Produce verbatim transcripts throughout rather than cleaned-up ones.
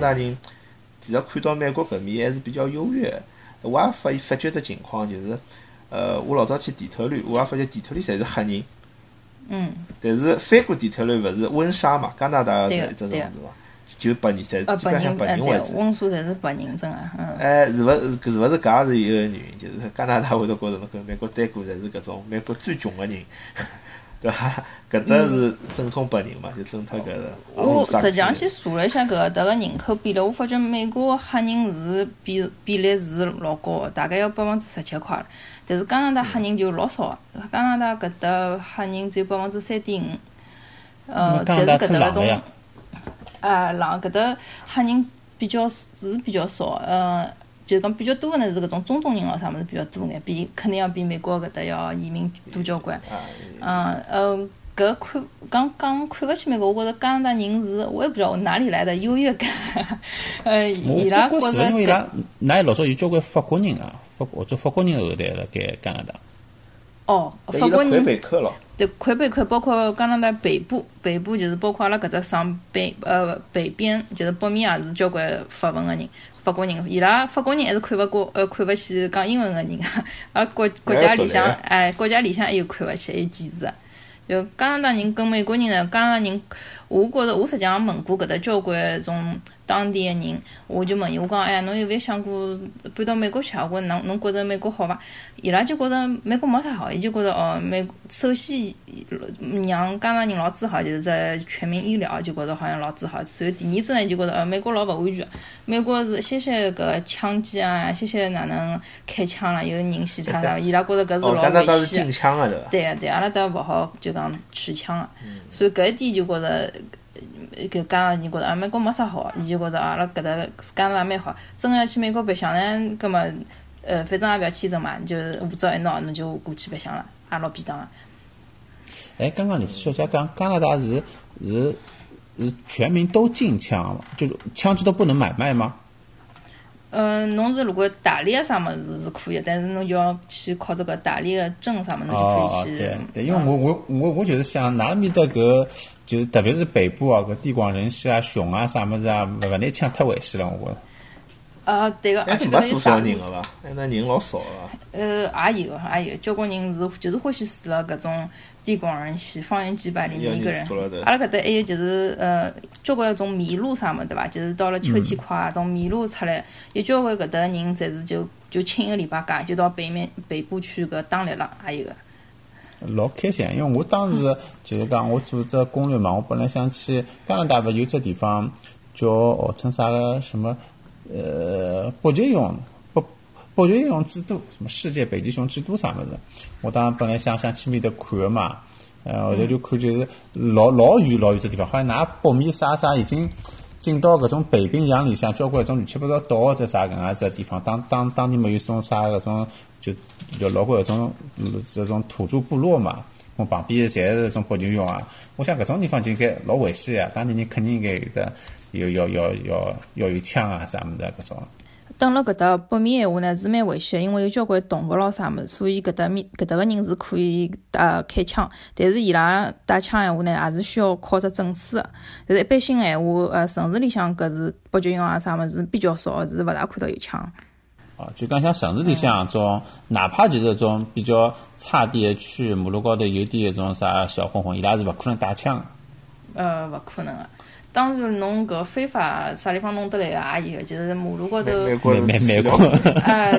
大人其实看到美国搿面还是比较优越的。我也发发觉只情况就是，呃，我老早去底特律，我也发觉底特律侪是黑人。 嗯。 但是翻过底特律勿是温莎嘛，加拿大搿一只城市伐？就白人，侪基本上白人为主。 温莎侪是白人真啊。嗯。 哎，是勿是？是勿是？搿也是一个原因，就是加拿大会得觉着侬跟美国待过，侪是搿种美国最穷个人。对伐？搿搭是正统白人嘛，就正脱搿个。 我实际上去查了一下搿搭个人口比例，我发觉美国黑人是比比例是老高个，大概要百分之十七块了。但是加拿大黑人就老少个，加拿大搿搭黑人只有百分之三点五。呃，但是搿搭搿种，啊，狼搿搭黑人比较是比较少，呃。就讲比较多的呢是搿种中东人咯，啥物事比较多眼，比肯定要比美国搿搭要移民多交关。嗯呃，搿看刚刚看勿起美国，我觉着加拿大人是我也不知道哪里来的优越感。呃，伊拉觉着因为伊拉，㑚老早有交关法国人啊，法或者法国人后代辣盖加拿大。 哦，法国人。 魁北克咯。 对，魁北克包括加拿大北部，北部就是包括阿拉搿只上北呃北边，就是北面也是交关法文个人。法国人，伊拉法国人还是看勿过，呃，看勿起讲英文个人啊。而国国家里向，哎，国家里向还有看勿起，还有歧视。就加拿大人跟美国人呢，加拿大人，我觉着我实际上问过搿搭交关种当地个人，我就问伊，我讲，哎，侬有勿有想过搬到美国去啊？我侬侬觉着美国好伐？伊拉就觉着美国没啥好，伊就觉着哦，美首先让加拿大人老自豪，就是在全民医疗，就觉着好像老自豪。所以第二次呢，就觉着呃，美国老勿安全，美国是歇歇搿枪击啊，歇歇哪能开枪啦，有人死脱啥，伊拉觉着搿是老危险。哦，加拿大是禁枪个对伐？ 对个对，阿拉搭勿好就讲持枪个，所以搿一点就觉着。搿加拿大人觉着啊，美国没啥好，伊就觉着阿拉搿搭加拿大蛮好。真个要去美国白相呢，葛末呃，反正也勿要签证嘛，就是护照一拿，侬就过去白相了，也老便当个。 哎，刚刚李小姐讲加拿大是是是全民都禁枪，就是枪支都不能买卖吗？ 呃，侬是如果大理个啥物事是可以，但是侬就要去考这个大理个证啥物事，侬就可以去。 哦，对对，因为我我我我就是想，哪面的搿就是特别是北部啊，搿地广人稀啊、熊啊啥物事啊，勿勿拿枪太危险了，我觉着。 啊，对个，而且搿是多少人个伐？哎，那人老少个。 呃，也有也有，交关人是就是欢喜住辣搿种地广人稀、方圆几百里面一个人。阿拉搿搭还有就是呃，交关种麋鹿啥么对伐？就是到了秋天快啊，种麋鹿出来，有交关搿搭人侪是就就请一个礼拜假，就到北面北部去搿打猎了，也有个。 老开心，因为我当时就是讲我做只攻略嘛，我本来想去加拿大，勿有只地方叫号称啥个什么呃北极熊。北极熊之都，什么世界北极熊之都啥么子？我当时本来想想去面搭看个嘛，呃，后头就看就是老老远老远只地方，好像拿北面啥啥已经进到搿种北冰洋里向，交关种乱七八糟岛或者啥搿样子地方，当当当地没有种啥搿种就就老过搿种这种土著部落嘛，我旁边侪是种北极熊啊，我想搿种地方就应该老危险啊，当地人肯定应该有的有要要要要有枪啊啥么子搿种。 登了搿搭北面闲话呢是蛮危险，因为有交关动物咯啥物事，所以搿搭面搿搭个人是可以呃开枪，但是伊拉打枪闲话呢也是需要考只证书个。但是一般性闲话，呃，城市里向搿是北极熊啊啥物事比较少，是勿大看到有枪。 啊，就讲像城市里向种，哪怕就是种比较差点的区，马路高头有点搿种啥小混混，伊拉是勿可能打枪。 呃，勿可能个。当然，侬搿非法啥地方弄得来个也有，就是马路高头。 美国美美国。 啊，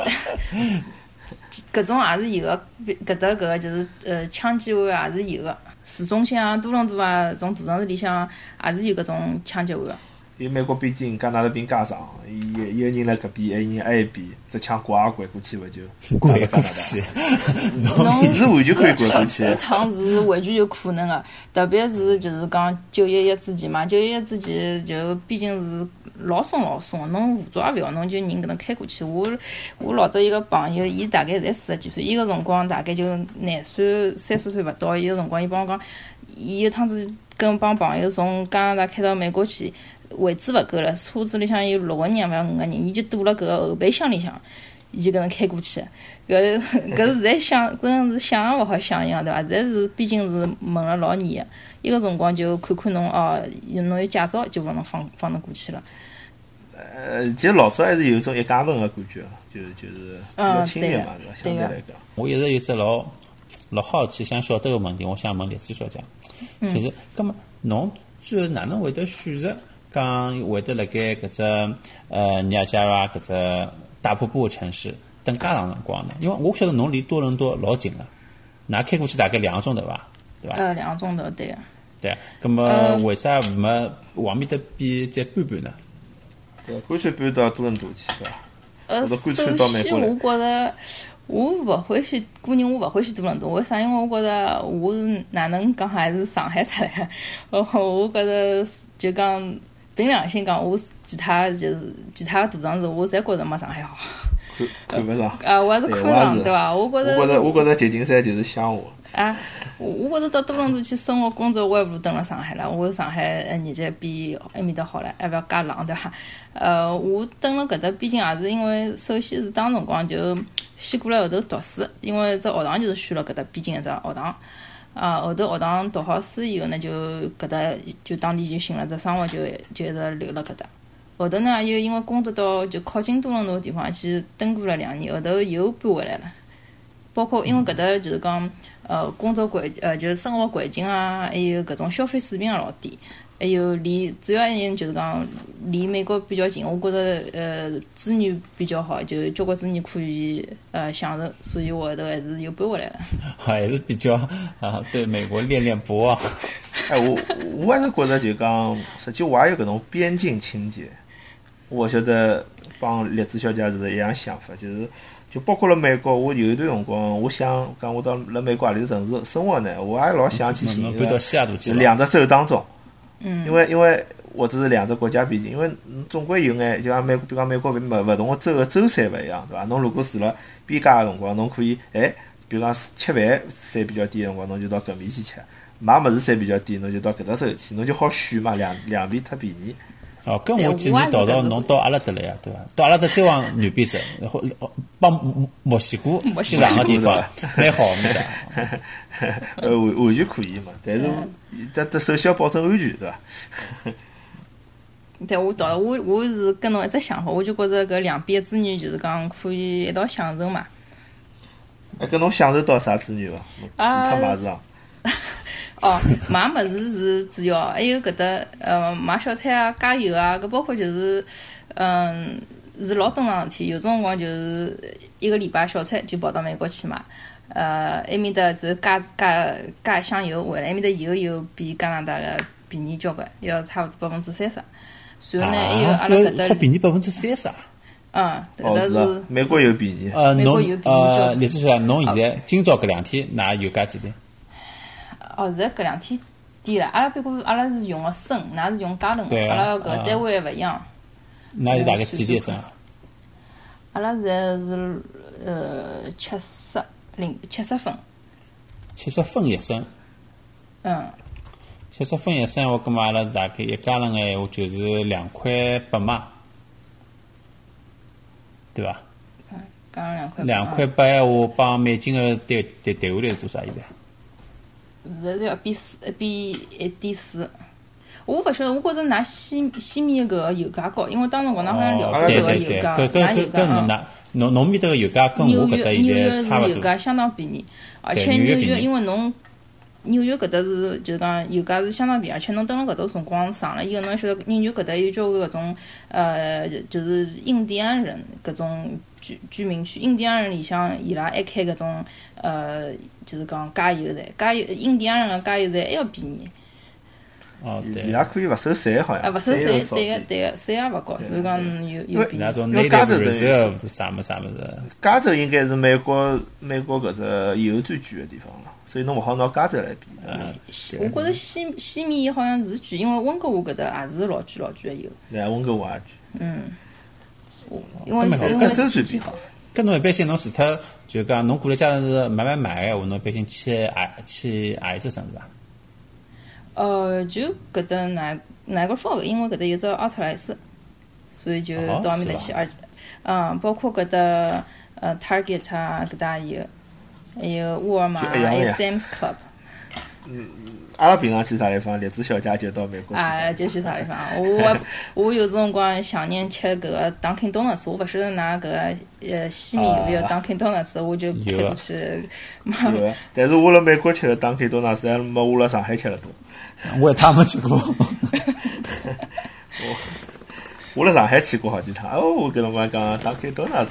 搿种也是有个，搿搭搿个就是呃枪击案也是有个，市中心啊、多伦多啊，种大城市里向也是有搿种枪击案个。 因为美国边境加拿大边界上，伊一个人辣搿边，一个人埃一边，只枪刮也刮过去勿就？ 刮过去， 侬是完全可以刮过去。 市场是完全有可能个，特别是就是讲九一一之前嘛，九一一之前就毕竟是老松老松，侬护照也勿要，侬就人搿能开过去。我我老早一个朋友，伊大概才四十几岁，伊个辰光大概就廿岁、三十岁勿到，伊个辰光伊帮我讲，伊有趟子跟帮朋友从加拿大开到美国去。位置勿够了，车子里向有六个人，勿要五个人，伊就堵了搿个后备箱里向，伊就搿能开过去。搿搿是现在想，真是想也勿好想一样，对伐？现在是毕竟是问了老严个，伊个辰光就看看侬哦，侬有驾照就帮侬放放侬过去了。 呃，其实老早还是有一种一家门个感觉，就是就是比较亲密嘛，是吧？相对来讲， 我一直有只老老好奇，想晓得个问题，我想问栗子小姐，就是，葛么侬最后哪能会得选择讲会得辣盖搿只呃尼亚加拉搿只大瀑布个城市等介长辰光呢？因为我晓得侬离多伦多老近个，㑚开过去大概两个钟头伐？对伐？ 呃，两个钟头，对个。 对，葛么为啥没往面搭边再搬搬呢？ 对，干脆搬到多伦多去，对伐？ 呃，首先我觉着，我勿欢喜，个人我勿欢喜多伦多。为啥？因为我觉着我是哪能讲还是上海出来的，我觉着就讲凭良心讲，我其他就是其他大城市，我侪觉着没上海好。 看看勿上。 啊，我还是看勿上，对伐？我觉着。 我觉着，我觉着旧金山就是乡下。 啊，我我觉着到多伦多去生活工作，我还不如蹲辣上海了。我上海日脚比埃面搭好唻，还勿要介冷，对伐？呃，我蹲辣搿搭，毕竟也是因为，首先是当辰光就先过来后头读书，因为只学堂就是选了搿搭边境一只学堂。啊，后头学堂读好书以后呢，就搿搭就当地就寻了只生活，就就一直留辣搿搭。后头呢，又因为工作到就靠近多伦多地方去蹲过了两年，后头又搬回来了。包括因为搿搭就是讲。呃，工作环呃就是生活环境啊，还有搿种消费水平也老低，还有离主要原因就是讲离美国比较近，我觉着呃资源比较好，就交关资源可以呃享受，所以我后头还是又搬回来了。 还是比较啊，对美国恋恋不忘。 哎，我我还是觉着就讲，实际我也有搿种边境情节。我晓得帮栗子小姐是一样想法，就是。就包括了美国，我有一段辰光，我想讲我到辣美国何里城市生活呢，我也老想去寻一个，就两只州当中， 嗯， 因为因为或者是两只国家边境，因为总归有眼，就像美，比如讲美国勿勿同个州个州税勿一样，对伐？侬如果住了边界个辰光，侬可以，哎，比如讲吃饭税比较低个辰光，侬就到搿面去吃；买物事税比较低，侬就到搿只州去，侬就好选嘛，两两边忒便宜。 哦，跟我建议到到侬到阿拉搭来呀，对伐？到阿拉搭再往南边走，然后帮墨西哥接壤个地方，蛮好面的。 呃，完完全可以嘛，但是这这首先要保证安全，对伐？ 对，我到我我是跟侬一只想法，我就觉着搿两边资源就是讲可以一道享受嘛。 哎，搿侬享受到啥资源伐？除脱买市场。 哦，买物事是主要，还有搿搭呃买小菜啊、加油啊，搿包括就是嗯是老正常事体。有种辰光就是一个礼拜小菜就跑到美国去买，呃埃面搭是加加加一箱油回来，埃面搭油又比加拿大个便宜交关，要差勿多百分之三十。然后呢，还有阿拉搿搭好便宜百分之三十啊！ 嗯，搿搭是美国有便宜。 呃， 美国有便宜交关。 栗子小姐，侬现在今朝搿两天㑚油价几钿？ 哦，现在搿两天低了。阿拉不过阿拉是用个升，㑚是用加仑个，阿拉搿单位还勿一样。 㑚是大概几钿一升？ 阿拉现在是呃七十零七十分。 七十分一升。 嗯。 七十分一升，我搿么阿拉是大概一加仑个闲话就是两块八嘛，对伐？ 嗯，加仑两块八。 两块八闲话帮美金个兑兑兑下来是多少现在？ 现在是要比四比一点四，我勿晓得，我觉着㑚西西面搿个油价高，因为当辰光㑚好像聊过搿个油价，㑚油价啊。 侬侬面搭个油价跟我搿搭现在差勿多。纽约是油价相当便宜，而且纽约因为侬纽约搿搭是就讲油价是相当便宜，而且侬蹲辣搿搭辰光长了以后，侬晓得纽约搿搭有交关搿种呃，就是印第安人搿种居居民区，印第安人里向伊拉还开搿种呃。就是讲加油站，加油印第安人个加油站还要便宜。 哦，对。 伊拉可以勿收税好像。 啊，勿收税，对个对个，税也勿高，所以讲有有便宜。 因为加州等于是啥么啥么子？ 加州应该是美国美国搿只油最贵个地方了，所以侬勿好拿加州来比。 嗯，我觉着西西面好像是贵，因为温哥华搿搭也是老贵老贵个油。 对啊，温哥华也贵。 嗯。因为因为搿州最便宜。 搿侬一般性侬除脱就讲侬过来加上是买买买个闲话，侬一般性去何去何一只城市伐？ 呃，就搿搭哪哪个 fog， 因为搿搭有只奥特莱斯，所以就到埃面搭去。而嗯，包括搿搭呃 Target 啊，搿搭也有，还有沃尔玛，还有 Sam's Club。 阿拉平常去啥地方？栗子小姐就到美国去啥啊，就去啥地方？我我有辰光想念吃搿个 Dunkin Donuts，我勿晓得㑚搿个呃西面有没有 Dunkin Donuts，我就开过去。 有个，但是我辣美国吃的 Dunkin Donuts 还没我辣上海吃的多。 我一趟没去过。 我我辣上海去过好几趟，哦，我搿辰光讲 Dunkin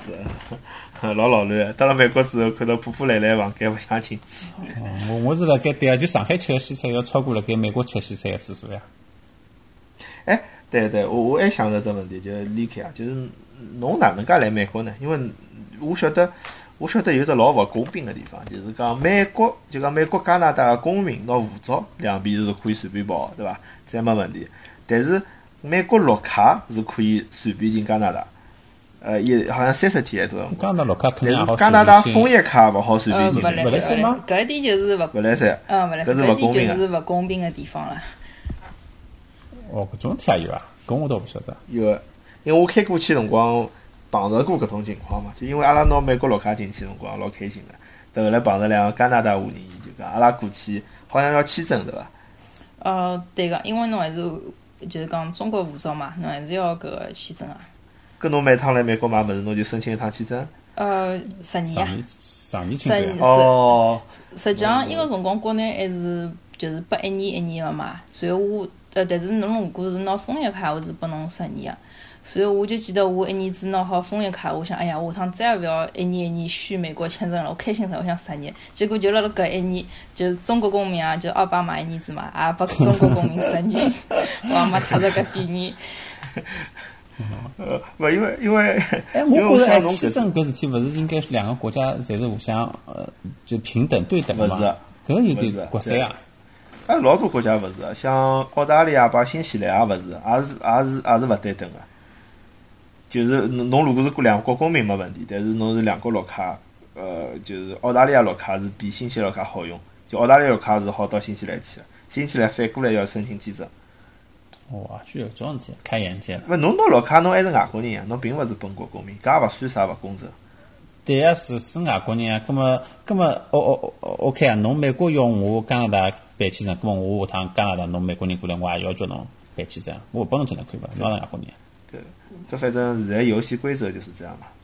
Donuts，老老卵。到了美国之后，看到破破烂烂房间，勿想进去。 我我是辣盖对啊，就上海吃的西餐要超过辣盖美国吃西餐的次数呀。 哎，对对，我我还想着这问题，就是离开啊，就是侬哪能介来美国呢？因为我晓得，我晓得有只老勿公平的地方，就是讲美国，就讲美国加拿大的公民拿护照两边是可以随便跑，对伐？这没问题。但是美国绿卡是可以随便进加拿大，呃，也好像三十天还多。 加拿大绿卡肯定也好。 加拿大枫叶卡勿好随便进。 勿来三吗？ 搿一点就是勿勿来三。 嗯，勿来三，搿点就是勿公平的地方了。 哦，搿种事体也有啊，搿我倒勿晓得。 有，因为我开过去辰光碰着过搿种情况嘛，就因为阿拉拿美国绿卡进去辰光老开心个，到后来碰着两个加拿大华人，就讲阿拉过去好像要签证对伐？ 呃，对个，因为侬还是就是讲中国护照嘛，侬还是要搿个签证啊。 搿侬每趟来美国买物事，侬就申请一趟签证？ 呃，十年啊。 十年签证。 哦。 实际上，伊个辰光国内还是就是拨一年一年个嘛，随后我。呃，但是侬如果是拿枫叶卡，我是拨侬十年个。所以我就记得我一年子拿好枫叶卡，我想，哎呀，下趟再也勿要一年一年续美国签证了，我开心死，我想十年。结果就辣辣搿一年，就是中国公民啊，就奥巴马一年子嘛，也拨中国公民十年，我也没踏着搿点年。 呃，勿因为因为， 哎，我觉着签证搿事体勿是应该两个国家侪是互相呃就平等对等嘛？搿有点国三啊。 哎，老多国家勿是，像澳大利亚帮新西兰也勿是，也是也是也是勿对等个。就是侬如果是两国公民没问题，但是侬是两国绿卡，呃，就是澳大利亚绿卡是比新西兰绿卡好用，就澳大利亚绿卡是好到新西兰去个，新西兰反过来要申请签证。 哇，居然有这种事体，开眼界了。 勿，侬拿绿卡侬还是外国人呀，侬并勿是本国公民，搿也勿算啥勿公正。 对呀，是是外国人啊，葛么葛么，哦哦哦 ，OK 啊，侬美国要我加拿大办签证，葛么我下趟加拿大侬美国人过来，我也要叫侬办签证，我帮侬签证可以伐？侬是外国人。 对，搿反正现在游戏规则就是这样嘛。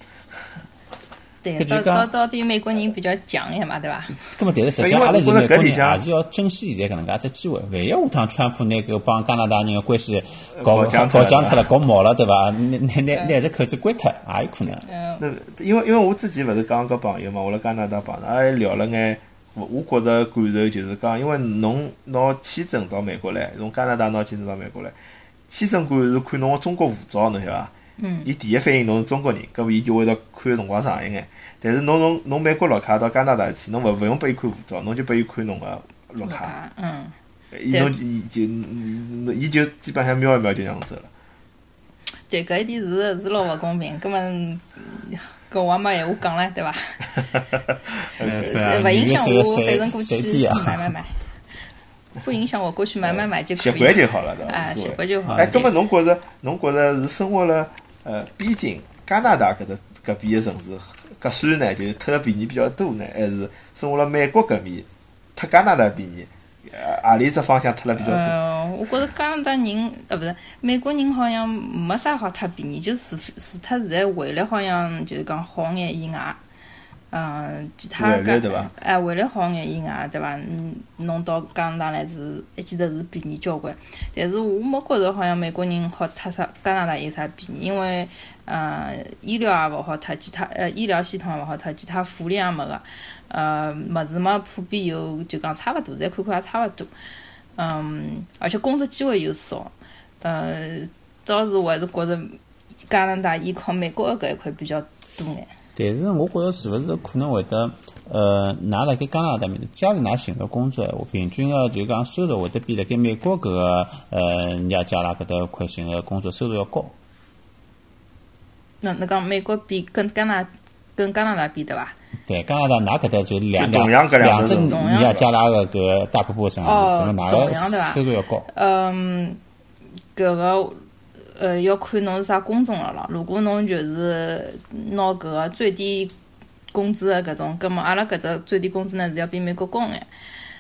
对，到到到底美国人比较强一嘛，对伐？ 葛么，但是实际上阿拉现在美国人也是要珍惜现在搿能介只机会，万一下趟川普拿搿帮加拿大人个关系搞搞僵脱了、搞毛了，对伐？拿拿拿拿只口子关脱也有可能。 那因为因为我之前勿是讲个朋友嘛，我辣加拿大碰着，还聊了眼。我觉着感受就是讲，因为侬拿签证到美国来，从加拿大拿签证到美国来，签证官是看侬个中国护照，侬晓得伐？ 嗯。 伊第一反应侬是中国人，搿么伊就会得看辰光长一眼。但是侬从侬美国绿卡到加拿大去，侬勿勿用拨伊看护照，侬就拨伊看侬个绿卡。 嗯。 伊侬伊就伊就基本上瞄一瞄就让侬走了。 对，搿一点是是老勿公平，根本。搿我也没闲话讲了，对伐？勿影响我，反正过去买买买，不影响我过去买买买就可以。 习惯就好了，对伐？ 啊，习惯就好。 哎，葛末侬觉着，侬觉着是生活了呃边境加拿大搿只搿边个城市，搿算呢，就是偷了便宜比较多呢，还是生活了美国搿边偷加拿大便宜？呃，何里只方向偷了比较多？ 呃，我觉着加拿大人，呃，勿是美国人，好像没啥好贪便宜，就除除脱现在汇率好像就是讲好眼以外，嗯，其他搿哎汇率好眼以外，对伐？嗯，弄到加拿大来是一记头是便宜交关，但是我没觉着好像美国人好贪啥加拿大有啥便宜，因为呃医疗也勿好贪，其他呃医疗系统也勿好贪，其他福利也没个。呃，物事嘛，普遍有就讲差勿多，再看看也差勿多。嗯，而且工作机会又少。呃，倒是我还是觉着加拿大依靠美国的搿一块比较多眼。 但是我觉着是勿是可能会得呃，㑚辣盖加拿大面搭，假如㑚寻个工作闲话，平均个就讲收入会得比辣盖美国搿个呃，人家家拉搿搭块寻个工作收入要高。 那侬讲美国比跟加拿跟加拿大比对伐？ 对，加拿大㑚搿搭就两两两两只人家加拉个搿大瀑布城市，什么哪个收入要高？ 嗯，搿个呃要看侬是啥工种了咯。如果侬就是拿搿个最低工资的搿种，葛末阿拉搿搭最低工资呢是要比美国高眼。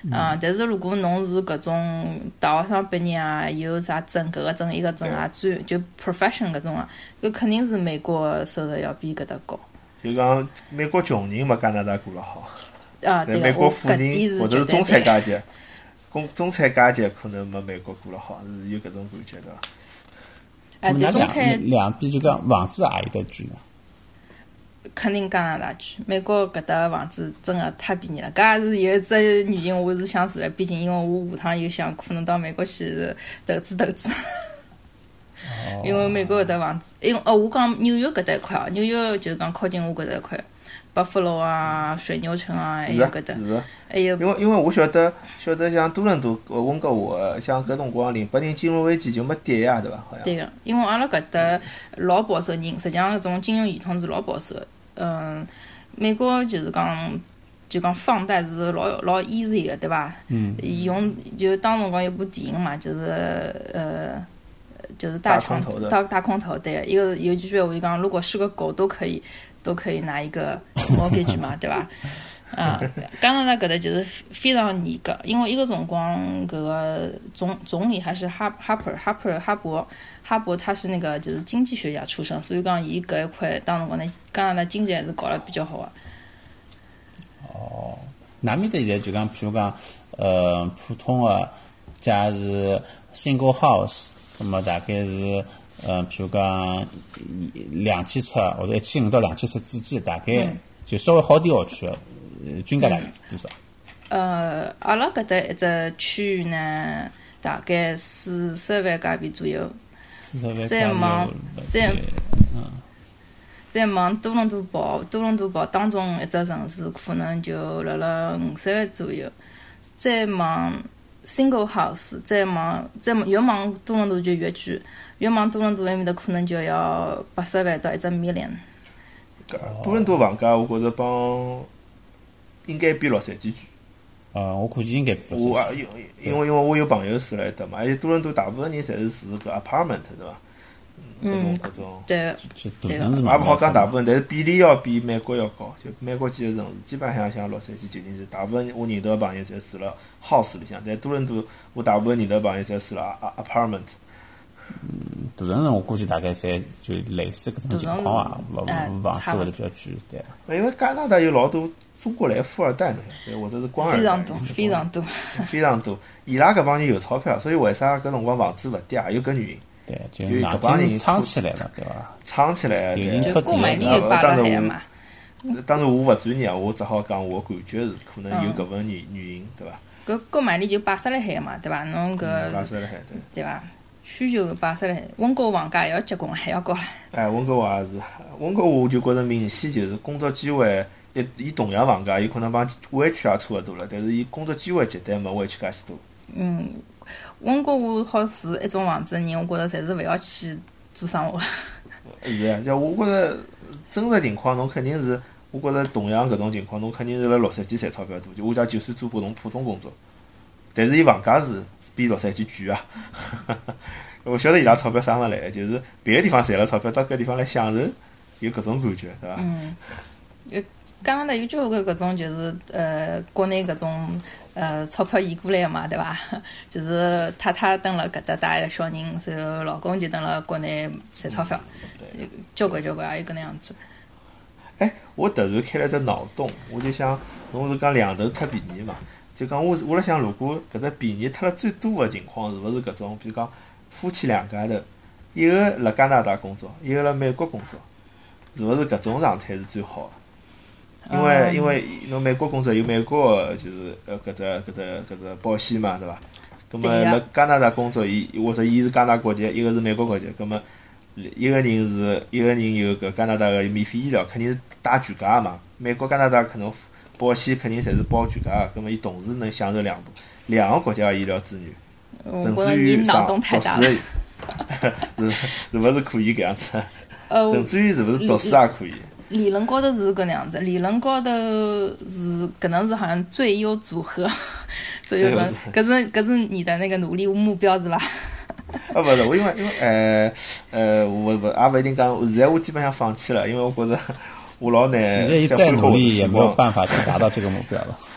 嗯，但是如果侬是搿种大学生毕业啊，有啥证搿个证伊个证啊，专就 profession 搿种啊，搿肯定是美国收入要比搿搭高。 就讲美国穷人没加拿大过了好。 啊，对美国富搿点人或者是是绝对中产对。 阶级，中中产阶级可能没美国过了好，是有搿种感觉对伐？ 哎，对， 那两中产两边就讲房子也有得贵呢。 肯定加拿大去，美国搿搭房子真的太便宜了。搿也是有一只原因，我是想住辣边境，因为我下趟有想可能到美国去投资投资。因为美国搿搭房子，因为哦，我讲纽约搿搭一块哦，纽约就是讲靠近我搿搭一块，巴夫罗啊、水牛城啊，还是啊有搿搭， 是啊， 还有因为因为我晓得晓得像多伦多、呃温哥华，像搿辰光零八年金融危机就没跌呀，对伐？好像。 对个，因为阿拉搿搭老保守人，实际上搿种金融系统是老保守的。嗯，美国就是讲，就讲放贷是老老 easy 的，对伐？嗯。用就当辰光有部电影嘛，就是呃，就是大床大空头的大大空头，对，一个有句话我就讲，如果是个狗都可以都可以拿一个 mortgage 嘛，对伐？啊，加拿大搿搭就是非常严格，因为一个辰光搿个总总理还是哈哈珀哈珀哈伯哈伯，他是那个就是经济学家出身，所以讲伊搿一块当辰光呢，加拿大经济还是搞得比较好啊。 哦，那面搭现在就讲，譬如讲，呃，普通的假是 single house，那么大概是，呃，譬如讲两千尺或者一千五到两千尺之间，大概嗯就稍微好点学区的，呃，均价大概多少？ 呃，阿拉搿搭一只区域呢，大概四十万加币左右。 四十万再加往元再嗯， 再往多伦多跑，多伦多跑当中一只城市可能就辣辣五十万左右。再往 single house， 再往再往越往多伦多就越贵，越往多伦多埃面搭可能就要八十万到一只 million。 搿多伦多房价我觉着帮应该比洛杉矶贵。 呃，我估计应该比较少我啊，因因为因为我有朋友住辣埃搭嘛，而且多伦多大部分人侪是住搿 apartment 对伐？搿种嗯搿种， 对， 就大城市嘛， 也勿好讲大部分，但是比例要比美国要高。就美国几个城市，基本上像洛杉矶、旧金山，大部分我认得个朋友侪住辣 house 里向，但多伦多我大部分认得个朋友侪住辣 apartment。 大城市我估计大概侪就类似搿种情况啊，勿哎房子差不多会得比较贵，对。 因为加拿大有老多中国来富二代，侬晓得，或者是官二代， 非常多有搿种非常多。 非常多。伊拉搿帮人有钞票，所以为啥搿辰光房子勿跌也有搿原因， 对，就因为硬搿帮人劲撑起来了，对伐？ 撑起来。对有人托就购买力呃摆当然我辣海嘛。 当然我勿专业，我只好讲我感觉是可能有搿份原原因，对伐？ 搿购买力就摆设辣海嘛，对伐？侬搿拉塞辣海对。 对伐？需求摆设辣海，温哥华房价还要结棍，还要高唻。 哎，温哥华也是，温哥华我就觉着明显就是工作机会，伊伊同样房价，有可能帮湾区也差勿多了，但是伊工作机会绝对没湾区介许多。 嗯，温哥华好住一种房子的人，我觉着侪是勿要去做生活。 是啊，像我觉着真实情况，侬肯定是，我觉着同样搿种情况，侬肯定是辣洛杉矶赚钞票多。就我讲，就算做搿种普通工作，但是伊房价是比洛杉矶贵啊。我晓得伊拉钞票生勿来，就是别个地方赚了钞票，到搿地方来享受，有搿种感觉，对伐？ 嗯，呃，加拿大有交关搿种就是呃，国内搿种呃钞票移过来个嘛，对伐？就是太太蹲辣搿搭带一个小人，然后老公就蹲辣国内赚钞票， 对。 交关交关也有搿能样子。 哎，我突然开了只脑洞，我就想，侬是讲两头忒便宜嘛？就讲我我辣想，如果搿只便宜忒了最多个情况，是勿是搿种？比如讲夫妻两家头，一个辣加拿大工作，一个辣美国工作，是勿是搿种状态是最好个？因为、 嗯因为侬美国工作有美国个就是呃搿只搿只搿只保险嘛，对伐？葛末对呀辣加拿大工作，伊或者伊是加拿大国籍，一个是美国国籍，葛末一个人是一个人有搿加拿大个免费医疗，肯定是打全家个嘛。美国、加拿大可能保险肯定侪是包全家个，葛末伊同时能享受两部两个国家个医疗资源，甚我觉着至于你脑上洞太大了。 读书是是勿是可以搿样子？ 呃， 甚至于是勿是读书也可以？ 理论高头是搿能样子，理论高头是搿能是好像最优组合，所以说搿是搿是你的那个努力目标是伐？ 啊，勿是，我因为因为呃呃，我勿也勿一定讲，现在我基本上放弃了，因为我觉着我老难你这一再再恢复我的努力也没有希望。 办法去达到这个目标了。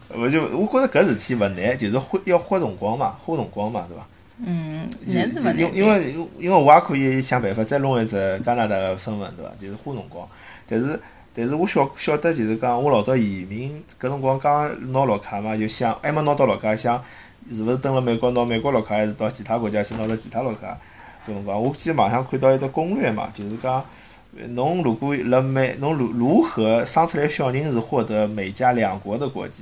勿就我觉着搿事体勿难，就是花要花辰光嘛，花辰光嘛，对伐？ 嗯， 就难是勿难。 因因为因为我也可以想办法再弄一只加拿大个身份，对伐？就是花辰光，但是但是我晓晓得就是讲，我老早移民搿辰光刚拿绿卡嘛，就想还没拿到绿卡，想是勿是登了美国拿美国绿卡，还是到其他国家去拿到其他绿卡？搿辰光我记网上看到一只攻略嘛，就是讲。侬如果辣美，侬如如何生出来小人是获得美加两国的国籍？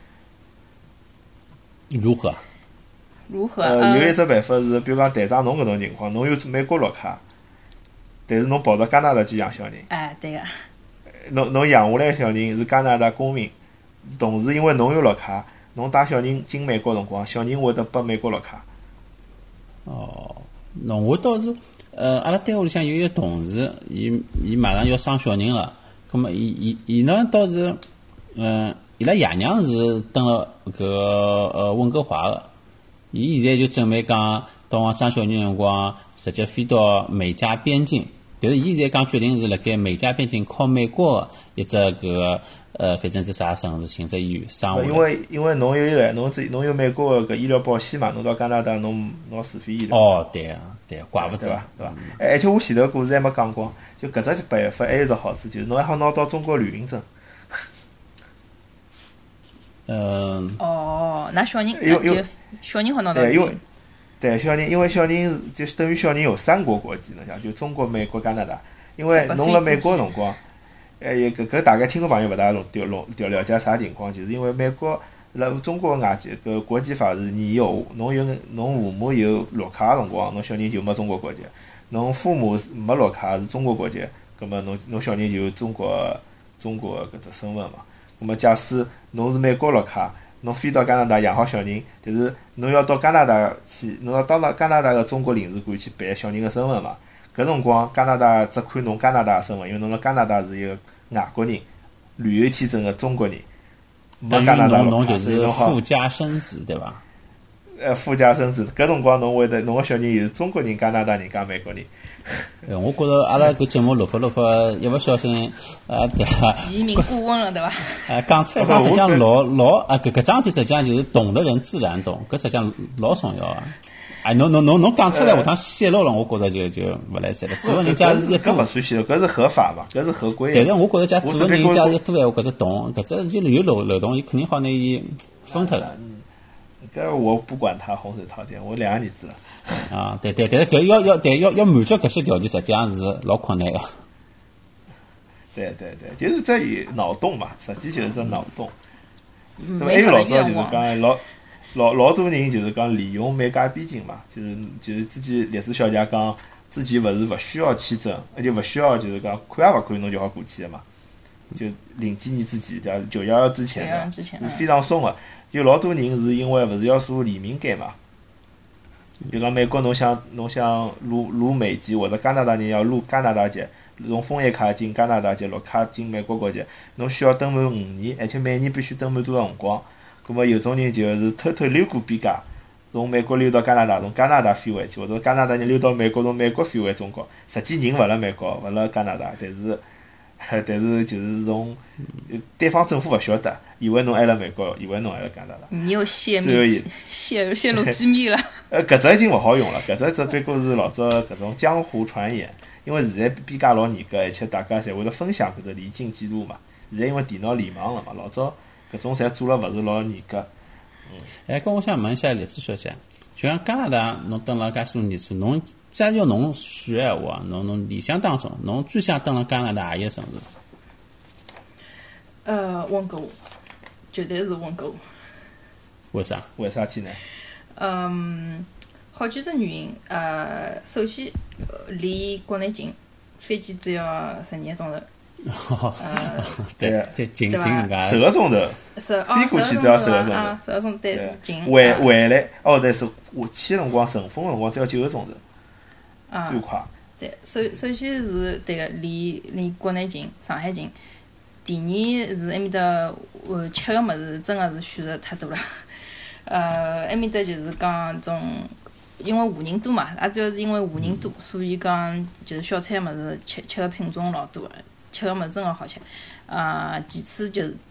如何？ 如何？ 呃，有一只办法是，比如讲队长侬搿种情况，侬有美国绿卡，但是侬跑到加拿大去养小人。 哎，对个。 侬侬养下来小人是加拿大公民，同时因为侬有绿卡，侬带小人进美国辰光，小人会得拨美国绿卡。 哦，那我倒是。呃，阿拉单位里向有一个同事，伊伊马上要生小人了，葛么伊伊伊呢倒是，嗯，伊拉爷娘是登了搿呃温哥华个，伊现在就准备讲，到我生小人辰光，直接飞到美加边境，但是伊现在讲决定是辣盖美加边境靠美国一只搿个呃，反正是啥城市寻只医院生下来。 因为因为侬有一个，侬只侬有美国个搿医疗保险嘛，侬到加拿大侬拿自费医疗。 哦，对啊。对，怪不得， 对伐？对伐？而且我前头故事还没讲光，就搿只办法还有只好处，就是侬还好拿到中国旅行证。 嗯。 哦，那小人有有小人好拿到。 对，因为对小人，因为小人就是等于小人有三国国籍，侬想就中国、美国、加拿大。因为侬辣美国辰光，哎，搿搿大概听众朋友勿大了了了了解啥情况，就是因为美国。辣中国外籍搿国籍法是，你有侬有侬父母有绿卡个辰光，侬小人就没中国国籍；侬父母没绿卡是中国国籍，葛末侬侬小人就有中国中国搿只身份嘛。葛末假使侬是美国绿卡，侬飞到加拿大养好小人，但是侬要到加拿大去，侬要到了加拿大个中国领事馆去办小人个身份嘛。搿辰光加拿大只看侬加拿大个身份，因为侬辣加拿大是一个外国人，旅游签证个中国人。 等于侬侬就是富家生子，对伐？ 呃，富家生子，搿辰光侬会得侬个小人又是中国人、加拿大人加美国人。 呃，我觉着阿拉搿节目录法录法，一勿小心啊，对伐？ 移民顾问了，对伐？ 啊，讲出来桩实际上老老啊，搿搿桩事体实际上就是懂的人自然懂，搿实际上老重要啊。哎，侬侬侬侬讲出来，下趟泄露了，我觉着就就勿来三了。只要人家是一搿勿算泄露，搿是合法嘛，搿是合规。 但是我觉着，假只要人家一多闲话，搿只懂，搿只就有漏漏洞，伊肯定好拿伊分脱个。 搿我不管他洪水滔天，我两个儿子了。 啊，对对，但是搿要要对要要满足搿些条件，实际上是老困难个。 对对对，就是只脑洞嘛，实际就是只脑洞。 对伐？还有老早就是讲老。老老多人就是讲利用美加边境嘛，就是就是之前历史小姐讲，之前勿是勿需要签证，而且勿需要就是讲看也勿看侬就好过去个嘛。就零几年之前，对伐？九幺幺之前是非常松个。有老多人是因为勿是要做移民监嘛，比如讲美国侬想侬想入入美籍，或者加拿大人要入加拿大籍，用枫叶卡进加拿大籍，绿卡进美国国籍，侬需要登满五年，而且每年必须登满多少辰光。咁么有种人就是偷偷溜过边界，从美国溜到加拿大，从加拿大飞回去，或者加拿大人溜到美国，从美国飞回中国。实际人勿辣美国，勿辣加拿大，但是但是就是从对方政府勿晓得，以为侬还辣美国，以为侬还辣加拿大。 你又泄密，泄泄露机密了。 呃，搿只已经勿好用了，搿只只不过是老早搿种江湖传言，因为现在边界老严格，而且大家侪会得分享搿只离境记录嘛。现在因为电脑联网了嘛，老早。搿种侪做了勿是老严格，嗯。 哎，搿我想问一下栗子小姐，就像加拿大，侬蹲了介许多年数，侬假如侬选闲话，侬侬理想当中，侬最想蹲了加拿大何一个城市？ 呃，温哥华，绝对是温哥华。 为啥？ 为啥体呢？ 嗯，好几只原因。呃，首先，离国内近，飞机只要十二个钟头。 呃，对，再近近人家十个钟头，飞过去只要十个钟头， 十个钟头对是近。 回回来，哦，对是下去辰光顺风辰光只要九个钟头，最快。 对，首首先是对个离离国内近，上海近。第二是埃面搭，呃，吃个物事真个是选择太多了。呃，埃面搭就是讲种，因为华人多嘛，也主要是因为华人多，所以讲就是小菜物事吃吃个品种老多。吃个物事真个好吃，呃，其次就是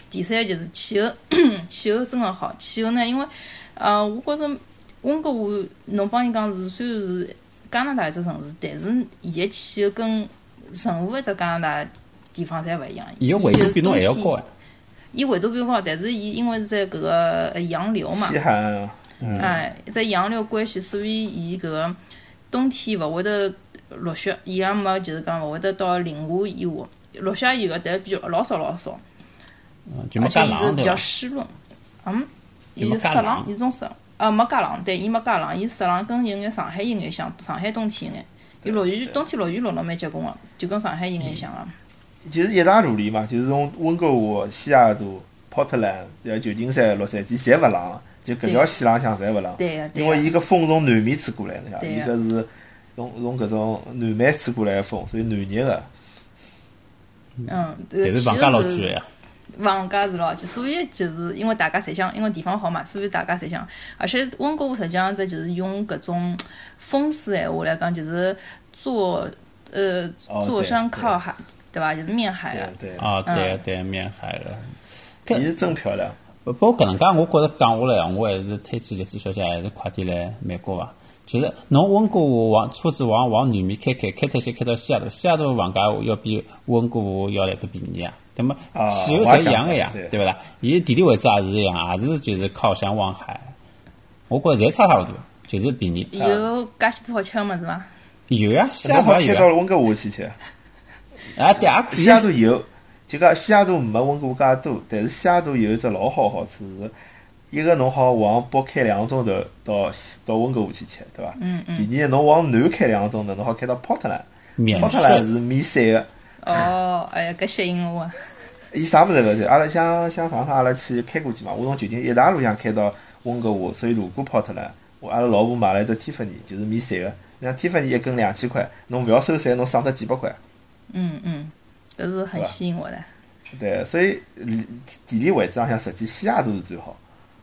第三就是气候，气候真个好。气候呢，因为呃，我觉着温哥华侬帮伊讲是虽然是加拿大一只城市，但是伊个气候跟任何一只加拿大地方侪勿一样。 伊个纬度比侬还要高哎。 伊纬度比较高，但是伊因为是在搿个洋流嘛， 西海岸， 嗯、哎，在洋流关系，所以伊搿个冬天勿会得落雪，伊也没就是讲勿会得到零下以下，落雪有个，但比较老少老少。 嗯，就没加而且伊是比较冷对伐？ 湿润，嗯，伊就没加是湿冷， 冷伊种湿，呃，没加冷，对，伊没加冷，伊湿冷跟有眼上海有眼像，上海冬天有眼，伊落雨，冬天落雨落了蛮结棍个，就跟上海有眼像个。 就是一大路里嘛，就是从温哥华、西雅图、Portland、呃旧金山、洛杉矶，侪勿冷，就搿条线浪向侪勿冷。 对个，对因为个， 伊个风从南面吹过来，侬晓得， 对个伊搿是从从搿种南面吹过来个风，所以暖热个。 嗯，这个气但是房价老候是贵个呀。 房价是老贵，所以就是因为大家侪想，因为地方好嘛，所以大家侪想。而且温哥华实际上这就是用搿种风水闲话来讲，就是坐呃哦坐对对山靠海，对伐？就是面海个。 对对， 哦， 嗯对对，面海个。 伊是真漂亮。 不不过搿能介，我觉着讲下来，我还是推荐栗子小姐还是快点来美国伐。就是侬温哥华往车子往往南面开开，开脱些开到西雅图，西雅图房价要比温哥华要来得便宜啊。那么啊气候侪一样个呀我也想， 对勿啦？伊地理位置也是一样，也是就是靠山望海。我觉着侪差差勿多，就是便宜。 有介许多好吃个物事伐？ 有呀，西雅侬好图也有呀。 开到温哥华去吃。 啊，对，也可以西。雅图有，就讲西雅图没温哥华介多，但是西雅图有一只老好好处是，一个侬好往北开两个钟头到西到温哥华去吃，对伐？ 嗯嗯。 第二，侬往南开两个钟头，侬好开到 Portland。 免 Portland 税。 是免税个。 哦，哎呀，搿吸引我啊！ 伊啥物事勿是？阿拉像像上趟阿拉去开过去嘛，我从旧金一大路向开到温哥华，所以路过 Portland，我阿拉老婆买了一只 Tiffany，就是免税个。像 Tiffany 一根两千块，侬勿要收税，侬省得几百块。 嗯嗯，搿是很吸引我的。 对，所以嗯地理位置上向实际西雅图是最好。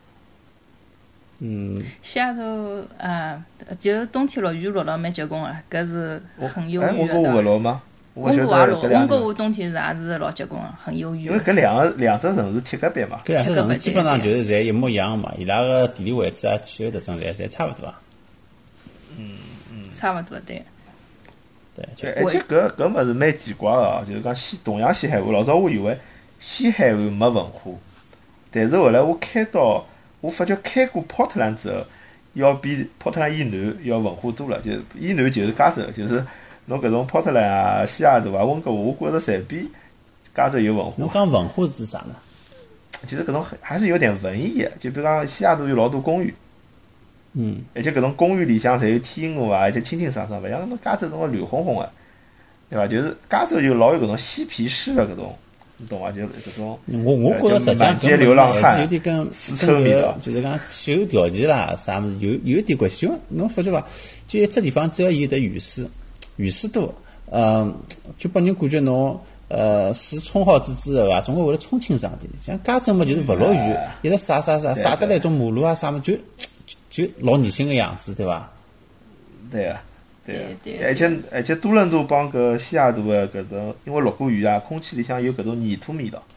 嗯， 西雅图啊，就冬天落雨落了蛮结棍个，搿是很忧哎，温哥华勿郁的。 落吗？我勿晓温哥华落，温得搿两个， 哥华冬天是也是老结棍个，很忧郁因为的。 搿两个两只城市贴隔壁嘛。 搿两只城市基本上对就是侪一模一样个嘛，伊拉个地理位置啊、气候特征侪侪差勿多啊。 差勿多对。 对，就对，而且搿搿物事蛮奇怪个哦，就是讲西同样西海岸，老早我以为西海岸没文化，但是后来我开到，我发觉开过 Portland 之后，要比 Portland 以南要文化多了，就是以南就是加州，就是侬搿种 Portland 啊、西雅图啊、温哥华，我觉着侪比加州有文侬化， 讲文化是指啥呢？ 就是搿种还是有点文艺个，就比如讲西雅图有老多公园。 嗯， 而且搿种公园里向侪有天鹅啊，而且清清爽爽，勿像侬加州侬个乱哄哄个，对伐？就是加州就老有搿种嬉皮士个搿种，你懂伐？就搿种。 我我觉着实际上满街流浪汉还是有点跟丝绸味道跟就是讲气候条件啦啥物事有有一点关系。因为侬发觉伐？就一只地方只要有得雨水，雨水多，嗯，就拨人感觉侬呃水冲好子之后啊，总归会得冲清爽点。像加州嘛，就是勿落雨，一直晒晒晒晒得来种马路啊啥么就。就老热心个样子，对伐？ 对个，对对对个。而且而且多伦多帮搿西雅图个搿种，因为落过雨啊，空气里向有搿种泥土味道。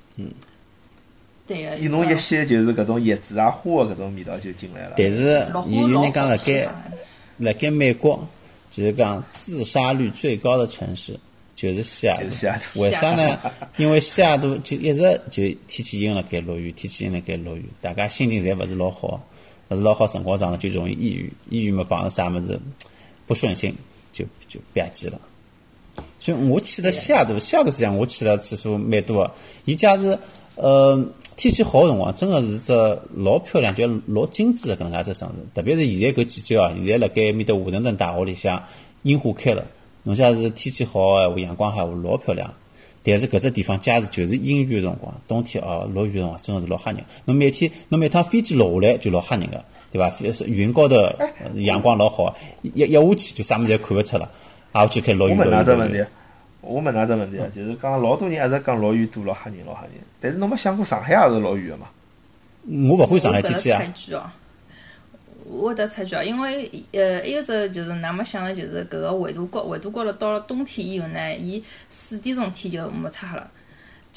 对个。 点侬一吸就是搿种叶子啊、花个搿种味道就进来了。 但是落花有有人讲老好辣盖吃辣盖美国，就是讲自杀率最高的城市就是西雅就是西雅图图。为啥呢？因为西雅图就一直就天气阴辣盖落雨，天气阴辣盖落雨，大家心情侪勿是老好，勿是老好，辰光长了就容易抑郁，抑郁嘛碰着啥物事不顺心，就就吧唧了。所以我去了西雅图，西雅图实际上我去了次数蛮多个。伊假是呃天气好个辰光，真个是只老漂亮，就老精致个搿能介只城市。特别是现在搿季节哦，现在辣盖埃面搭华盛顿大学里向樱花开了，侬假是天气好个闲话，阳光好闲话，老漂亮。但是搿只地方假是就是阴雨个辰光，冬天哦落雨个辰光，真个是老吓人。侬每天侬每趟飞机落下来就老吓人个，对伐？云高头呃阳光老好，一一下去就啥物事也看勿出了，挨下去开始落雨我问落雨落雨。 哪只问题？我问哪只问题啊？就是讲老多人一直讲落雨多老吓人老吓人，但是侬没想过上海也是落雨个嘛？ 我勿欢喜上海天气啊我搿。个插句哦，我得插句哦，因为呃，还有只就是㑚没想的，就是搿个纬度高，纬度高了到了冬天以后呢，伊四点钟天就没差了。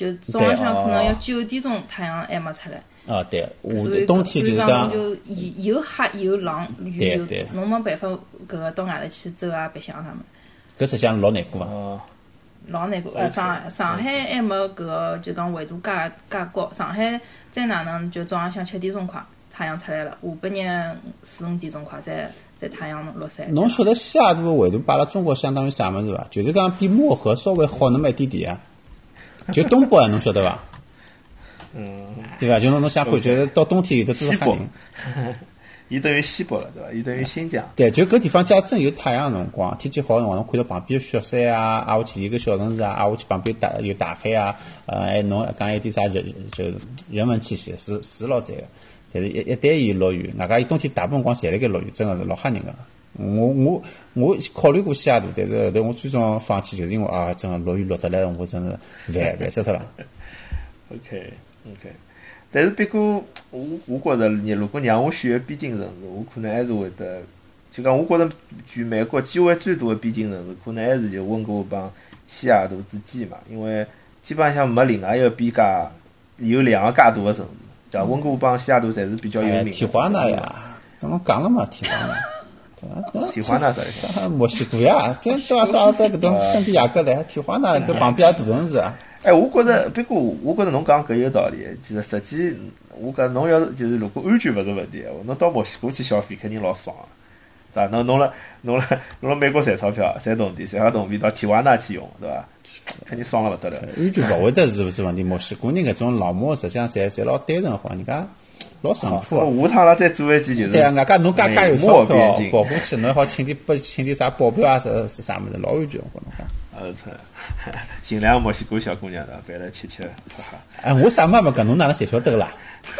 就早浪向可能要九点钟太阳还没出来。 哦，对， 所以冬天就是讲， 就又黑又冷，又侬没办法搿个到外头去走啊、白相啥么。 搿实际上老难过啊！ 老难过。呃，上上海还没搿个就讲纬度介介高，上海再哪能就早浪向七点钟快太阳出来了，下半日四五点钟快再再太阳落山。 侬晓得西雅图的纬度摆辣中国相当于啥物事伐？就是讲比漠河稍微好那么一点点啊，就东北啊，侬晓得伐？ 嗯， 对伐？就侬侬想看，就是到冬天有的都是黑人， 伊等于西北了，对伐？伊等于新疆。 对，就搿地方假如真有太阳的辰光，天气好的辰光，侬看到旁边有雪山啊，挨下去有个小城市啊，挨下去旁边大有大海啊，呃，还侬讲一点啥人就人文气息是是老赞个。但是一一旦伊落雨，外加伊冬天大部分光侪辣盖落雨，真个是老吓人个。我我我考虑过西雅图，但是后头我最终放弃，就是因为啊，真个落雨落得来，我真是烦烦死脱了。 OK OK，但是别过我我觉着，你如果让我选边境城市，我可能还是会得，就讲我觉着全美国机会最大的边境城市，可能还是就温哥华帮西雅图之间嘛，因为基本上没另外一个边界有两个介大的城市，对伐？温哥华帮西雅图侪是比较有名的。 提华纳呀，刚刚讲了嘛，提华纳。 提华纳啥意思？ 墨西哥呀，这到到到搿种圣地亚哥来，提华纳搿旁边也大城市啊。 哎，我觉着，不过我觉着侬讲搿有道理。其实实际，我讲侬要是就是如果安全勿是问题，侬到墨西哥去消费肯定老爽个，对伐？侬侬辣侬辣侬辣美国赚钞票，赚铜钿，赚好铜钿到提华纳去用，对伐？肯定爽了勿得了。 安全勿会得是勿是问题？墨西哥人搿种老墨实际上侪侪老单纯好，人家老淳朴个。下趟拉再做一期就是。 对啊，外加侬家家有钞票，跑过去侬好请点拨请点啥保镖啊，是是啥物事，老安全我跟侬讲。 呃，操！尽量墨西哥小姑娘的，陪来吃吃喝喝。 哎，我啥嘛没讲，侬哪能侪晓得啦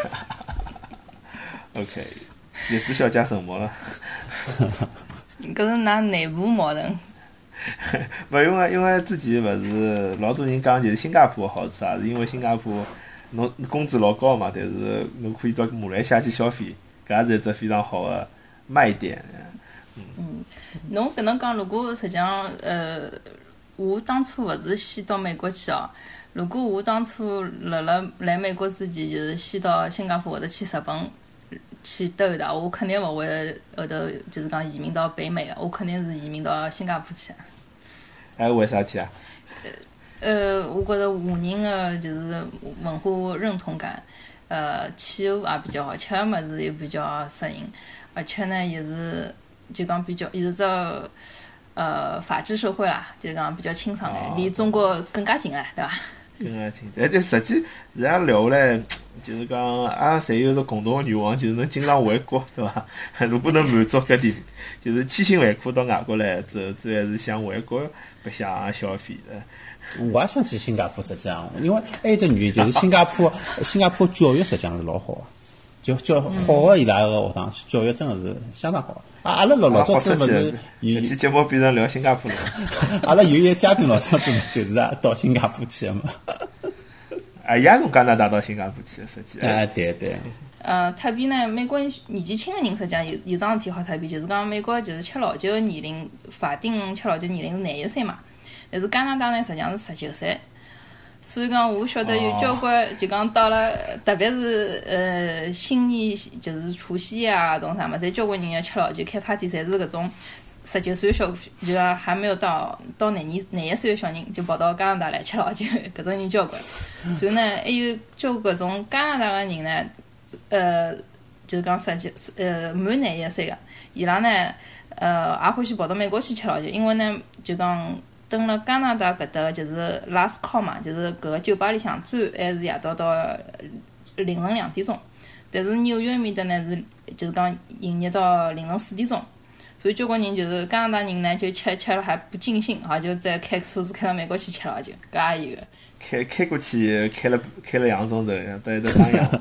？OK， 叶子小姐沉默了。 搿是㑚内部矛盾。 勿因为因为之前勿是老多人讲，就是新加坡的好处啊，是因为新加坡侬工资老高嘛，但是侬可以到马来西亚去消费，搿也是一只非常好的卖点。 嗯，侬搿能讲，如果实际上呃。我当初勿是先到美国去哦，如果我当初辣辣来美国之前，就是先到新加坡或者去日本去兜一道，我肯定勿会后头就是讲移民到北美的，我肯定是移民到新加坡去。 哎，为啥体啊？ 呃，我觉着华人的就是文化认同感，呃，气候也比较好，吃的物事又比较适应，而且呢，也是就讲比较，也是只。呃，法治社会啦，就讲比较清爽眼，离中国更加近了，对伐？ 更加近，但但实际现在聊下来，就是讲阿拉侪有个共同的愿望，就是能经常回国，对伐？如果能满足搿点，就是千辛万苦到外国来之后，最还是想回国白相啊消费的。 我也想去新加坡，实际上，因为还有一只原因就是新加坡，新加坡教育实际上是老好个。就教好个伊拉个学堂教育真个是相当好。啊，阿拉老老早子勿是有期节目变成聊新加坡了。 阿拉有一个嘉宾老早子就是啊到新加坡去个嘛。 啊，也从加拿大到新加坡去个，实际。 啊，对对。 呃，特别呢，美国年纪轻个人实际上有有桩事体好特别，就是讲美国就是吃老酒个年龄，法定吃老酒年龄是廿一岁嘛，但是加拿大呢实际上是十九岁。所以讲，我晓得有交关，就讲到了，特别是呃新年，就是除夕啊，种啥嘛，侪交关人要吃老酒、开 party，侪是搿种十九岁小，就讲还没有到到廿年、廿一岁的小人，就跑到加拿大来吃老酒，搿种人交关。所以呢，还有交关种加拿大个人呢，呃，就是讲十九呃满廿一岁个，伊拉呢，呃也欢喜跑到美国去吃老酒，因为呢，就讲。登了加拿大搿搭就是 last call 嘛，就是搿个酒吧里向最还是夜到到凌晨两点钟，但是纽约面搭呢是就是讲营业到凌晨四点钟，所以交关人就是加拿大人呢就吃吃了还不尽兴，哈就再开车子开到美国去吃老酒，搿也有个。 开开过去开了开了两个钟头，在在打烊。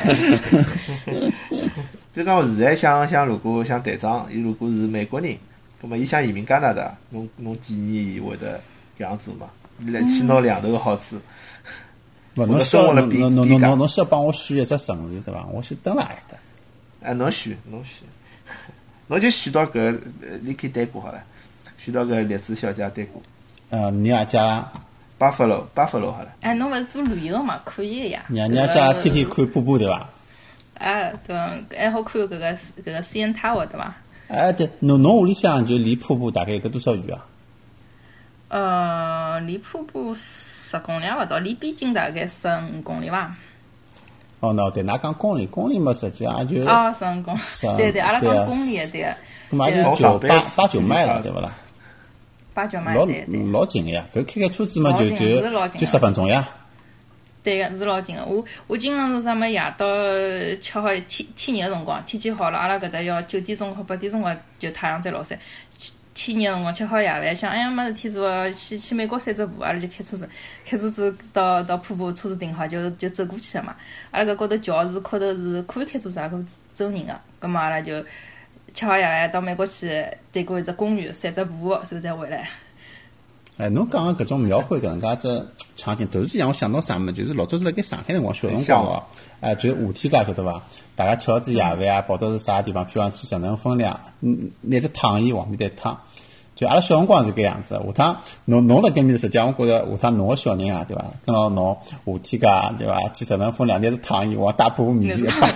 比如讲现在想想，如果像队长，伊如果是美国人。咁么，伊想移民加拿大，侬侬建议伊会得搿样做嘛？来去拿两头个好处。 勿，侬需要侬侬侬侬侬需要帮我选一只城市对伐？我先登辣埃搭。 哎，侬选侬选，侬就选到搿你可以待过好了，选到搿栗子小姐待过。 呃，尼亚加拉。 巴弗罗，巴弗罗好了。 哎，侬勿是做旅游嘛，可以个呀。 娘娘家天天看瀑布对伐？ 哎，对伐？还好看搿个搿个 C N Tower 对伐？ 哎，对，侬侬屋里向就离瀑布大概有得多少远啊？ 呃，离瀑布十公里也勿到，离边境大概十五公里伐？ 哦，喏，对，㑚讲公里，公里嘛，实际也就哦，十五公里，对对，阿拉对啊讲公里个对个， 搿嘛就九八八九迈了，对勿啦？ 八九迈， 老对对。 老近个呀，搿开开车子嘛就老近是老近的就就十分钟呀。 对个，是老近个。我我经常是啥么夜到吃好天天热个辰光，天气好了，阿拉搿搭要九点钟或八点钟个就太阳再落山。天热个辰光吃好夜饭，想哎呀没事体做，去去美国散只步，阿拉就开车子，开车子到到瀑布，车子停好就就走过去了嘛。阿拉搿高头桥是高头是可以开车子，也可以走人个。葛末阿拉就吃好夜饭到美国去，对过一只公园散只步，然后再回来。 哎，侬讲个搿种描绘搿能介只场景，突然之间让我想到啥么？就是老早子辣盖上海辰光小辰光哦，哎，就是夏天介晓得伐？大家吃好子夜饭啊，跑到是啥地方？譬如讲去城镇风凉，嗯，拿只躺椅往面搭躺。就阿拉小辰光是搿样子，下趟侬侬辣盖面，实际上我觉着下趟侬个小人啊，对伐？跟牢侬夏天介对伐？去城镇风凉，拿只躺椅往大瀑布面前一摆。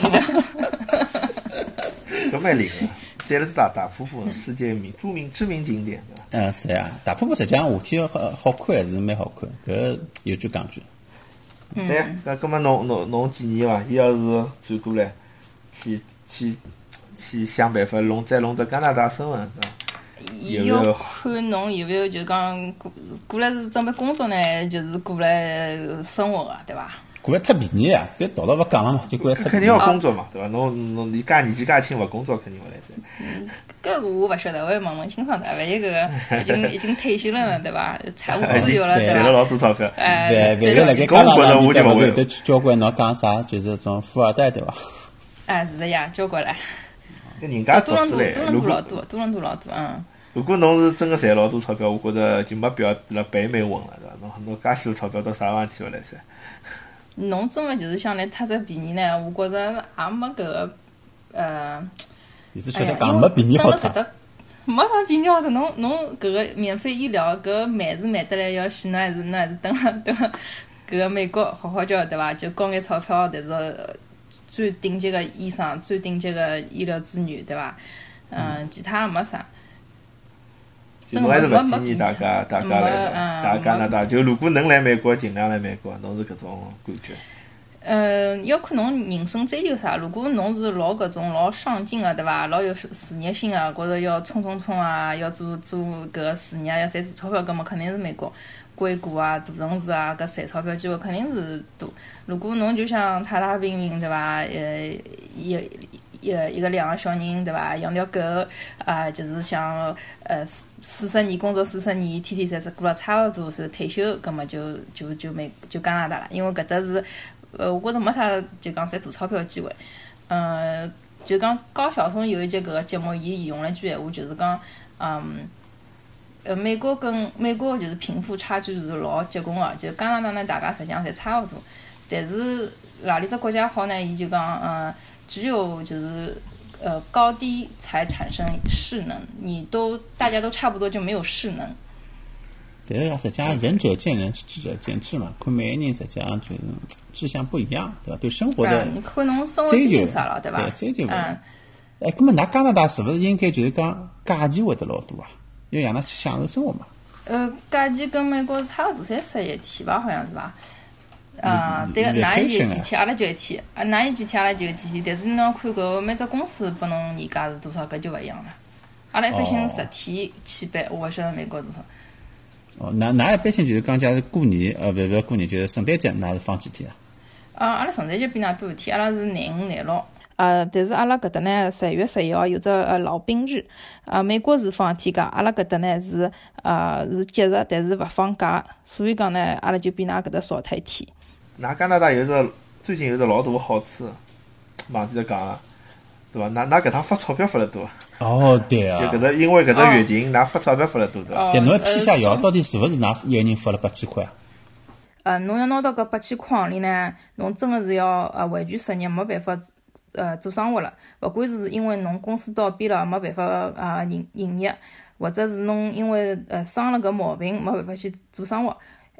搿蛮灵个。对了，是大大瀑布，世界名著名知名景点，对伐？ 嗯，是呀，大瀑布实际上夏天好好看还是蛮好看，搿有句讲句。 对呀，搿葛末侬侬侬建议伐？伊要是转过来，去去去想办法弄再弄只加拿大身份，对伐？有没有要看侬有没有就讲过过来是准备工作呢，就是过来生活个，对伐？ 过来太便宜啊！搿道道勿讲了嘛，就过来太便宜。 肯定要工作嘛，对伐？侬侬你介年纪介轻勿工作，肯定勿来三。 搿个我勿晓得，我要问问清爽的，万一搿个已经已经退休了呢，对伐？财务自由了，对伐？ 赚了老多钞票。 哎， 万万一辣盖加拿大面搭勿是有得交关侬讲啥，就是种富二代，对伐？ 哎，是的呀，交关唻。 搿人家多伦多， 读书唻， 多伦如果多老多，多伦多老多，嗯。 如果侬是真个赚老多钞票，我觉着就没必要辣北美混了，对伐？侬侬介许多钞票到啥地方去勿来三？ 侬真个就是想来贪只便宜呢？我觉着也没搿个，呃， 你是晓得讲没便宜好贪？ 没啥便宜好贪，侬侬搿个免费医疗，搿个慢是慢得来要死，侬还是侬还是等了等了搿个美国好好叫对伐？就交眼钞票，但是最顶级个医生、最顶级个医疗资源对伐？嗯，其他也没啥。 侬还是勿建议大家大家来大加拿大，就如果能来美国，尽量来美国，侬是搿种感觉。 呃，要看侬人生追求啥。如果侬是老搿种老上进个，对伐？老有事业心个，觉着要冲冲冲啊，要做做搿个事业，要赚大钞票，搿么肯定是美国。硅谷啊，大城市啊，搿赚钞票机会肯定是多。如果侬就想太太平平，对伐？呃，一一一个两个小人，对伐？养条狗，啊、呃，就是想呃四十年工作四十年，天天侪是过了差勿多，然后退休，搿么就就就美就加拿大了，因为搿搭是。呃，我觉着没啥就讲赚大钞票个机会。呃，就讲高晓松有一节搿个节目，伊引用了一句闲话，就是讲，嗯，呃，美国跟美国就是贫富差距是老结棍个，就加拿大呢，大家实际上侪差勿多。但是哪里只国家好呢？伊就讲，呃，只有就是呃高低才产生势能，你都大家都差不多就没有势能。 对个，实际上仁者见仁，智者见智嘛。看每个人实际上就是志向不一样，对伐？对生活的你看侬生活追求啥了，对伐？ 对，追求。 嗯。 哎，搿么，㑚加拿大是勿是应该就是讲假期会得老多啊？要让㑚去享受生活嘛？ 呃，假期跟美国差勿多，才十一天吧，好像是伐？啊，对个，㑚有几天，阿拉就一天；啊，㑚有几天，阿拉就几天。但是侬要看搿每只公司拨侬年假是多少，搿就勿一样了。阿拉一般性是十天起班，我勿晓得美国多少。 哦，那那一般性就是讲，假如过年，呃，勿勿过年，就是圣诞节，那是放几天啊？ 啊，阿拉圣诞节比㑚多一天，阿拉是廿五、廿六。呃，但是阿拉搿搭呢，十一月十一号有只呃老兵日，啊，美国是放一天假，阿拉搿搭呢是呃是节日，但是勿放假，所以讲呢，阿拉就比㑚搿搭少脱一天。 㑚加拿大有只最近有只老大个好处，忘记了讲了，对伐？㑚㑚搿趟发钞票发了多。 哦，对啊， 就搿只，因为搿只疫情，㑚发钞票发了多，对伐？ 但侬批下药，到底是勿是㑚一个人发了八千块啊？ 呃，侬要拿到搿八千块行钿呢，侬真个是要呃完全失业，没办法呃做生活了。勿管是因为侬公司倒闭了，没办法啊、呃、营营业，或者是侬因为呃生了搿毛病，没办法去做生活，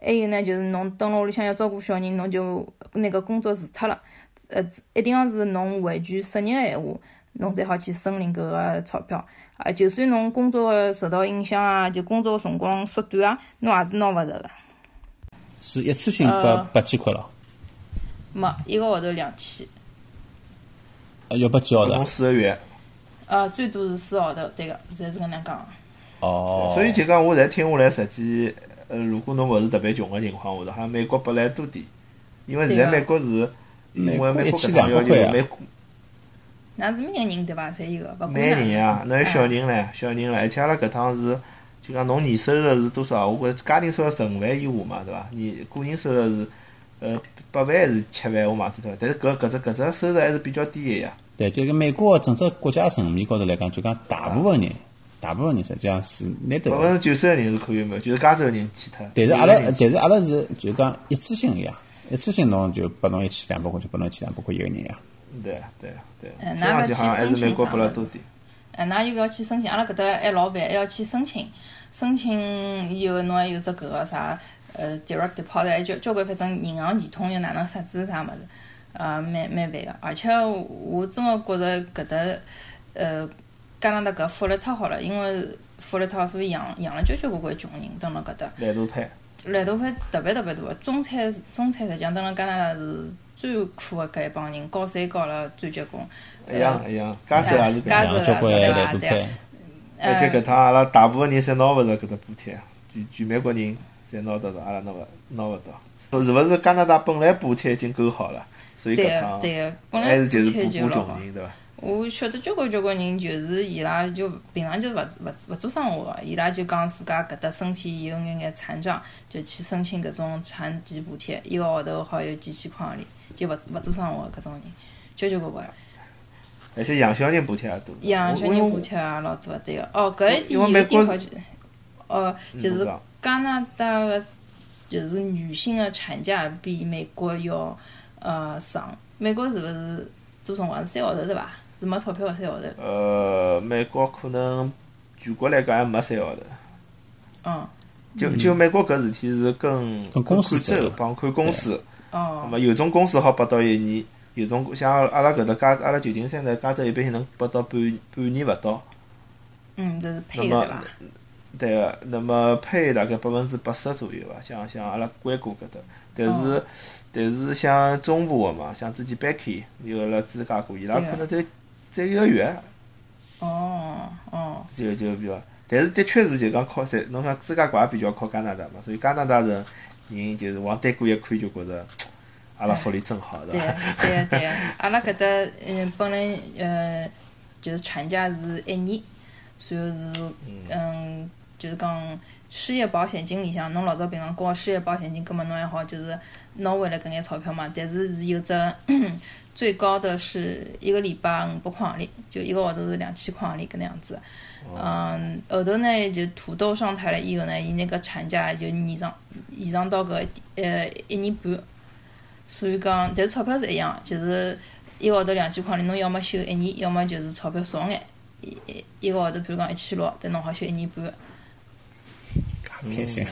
还有呢，就是侬蹲辣屋里向要照顾小人，侬就那个工作辞脱了。呃，一定要是侬回去失业个闲话，侬才好去申领搿个钞票。啊，就算侬工作受到影响啊，就工作辰光缩短啊，侬也是拿勿着个。 是一次性八八千块咯？ 没，一个号头两千。 呃，要拨几号头？ 侬四个月。 呃，最多是四个号头，对个，侪是搿能讲。 哦。 所以就讲，我侪听下来，实际，呃，如果侬勿是特别穷个情况下头，好像美国拨来多点，因为现在美国是，因为美国搿趟要求美国。 那是每个人对伐？侪有个，勿每个人呀，侬有小人唻，小人唻，而且阿拉搿趟是，就讲侬年收入是多少？我觉着家庭收入十五万以下嘛，对伐？你个人收入是，呃，八万还是七万？我忘记脱了。但是搿搿只搿只收入还是比较低个呀。 对，就个美国整个国家层面高头来讲，就讲大部分人，大部分人实际上是拿到。百分之九十个人是可以没，就是加州人去脱。 但是阿拉，但是阿拉是就讲一次性个呀，一次性侬就拨侬一千两百块，就拨侬一千两百块一个人呀。 对对对， 嗯，那要去申请啥么子？ 嗯，那又要去申请，阿拉搿搭还老烦，还要去申请，申请以后侬还有只搿个啥呃 direct deposit，还交交关反正银行系统要哪能设置啥物事，呃，蛮蛮烦个。而且我真个觉着搿搭呃加拿大搿福利太好了，因为福利太好，所以养养了交交关关穷人蹲辣搿搭。 懒惰派。 懒惰派特别特别大个，中产中产实际上蹲辣加拿大是。最苦个搿一帮人，交税交了最结棍。 一样一样，加州也是搿样，交关来都配。 而且搿趟阿拉大部分人侪拿勿着搿只补贴，全全美国人侪拿得着，阿拉拿勿拿勿着。是勿是加拿大本来补贴已经够好了，所以搿趟还是就是补补穷人，对伐？ 我晓得交关交关人，就是伊拉就平常就勿勿勿做生活个，伊拉就讲自家搿搭身体有眼眼残障，就去申请搿种残疾补贴，一个号头好有几千块钿，就勿勿做生活搿种人，交交关关。 而且养小人补贴也多。 养小人补贴也老多，对个。哦，搿一点有一点好奇，哦，就是加拿大个就是女性个产假比美国要呃长，美国是勿是多辰光？三个号头对伐？是没钞票个三个号头。 呃，美国可能全国来讲还没三个号头。 嗯。 就就美国搿事体是跟跟公司州帮看公司。 哦。 那么有种公司好拨到一年，有种像阿拉搿搭加阿拉旧金山呢，加州一般性能拨到半半年勿到。 嗯，这是配的对伐？ 对个，那么配大概百分之八十左右伐，像像阿拉硅谷搿搭，但是、哦、但是像中部个嘛，像之前 Becky 有辣芝加哥，伊拉可能只只一个月。 哦哦。 就就比较，但是的确是就讲靠在，侬像芝加哥也比较靠加拿大嘛，所以加拿大人人就是往单过一看就觉着，阿拉福利真好， 对伐？ 对对对，阿拉搿搭嗯本来呃就是产假是一年，随后是嗯。就是讲失业保险金里向，侬老早平常交失业保险金，葛末侬还好就是拿回来搿眼钞票嘛。但是是有只最高的是一个礼拜五百块钿，就一个号头是两千块钿搿能样子。嗯，后头呢就土豆上台了以后呢，伊那个产假就延长延长到搿呃一年半。所以讲，但是钞票是一样，就是一个号头两千块钿，侬要么休一年，要么就是钞票少眼。一一一个号头，比如讲一千六，但侬好休一年半。 开心，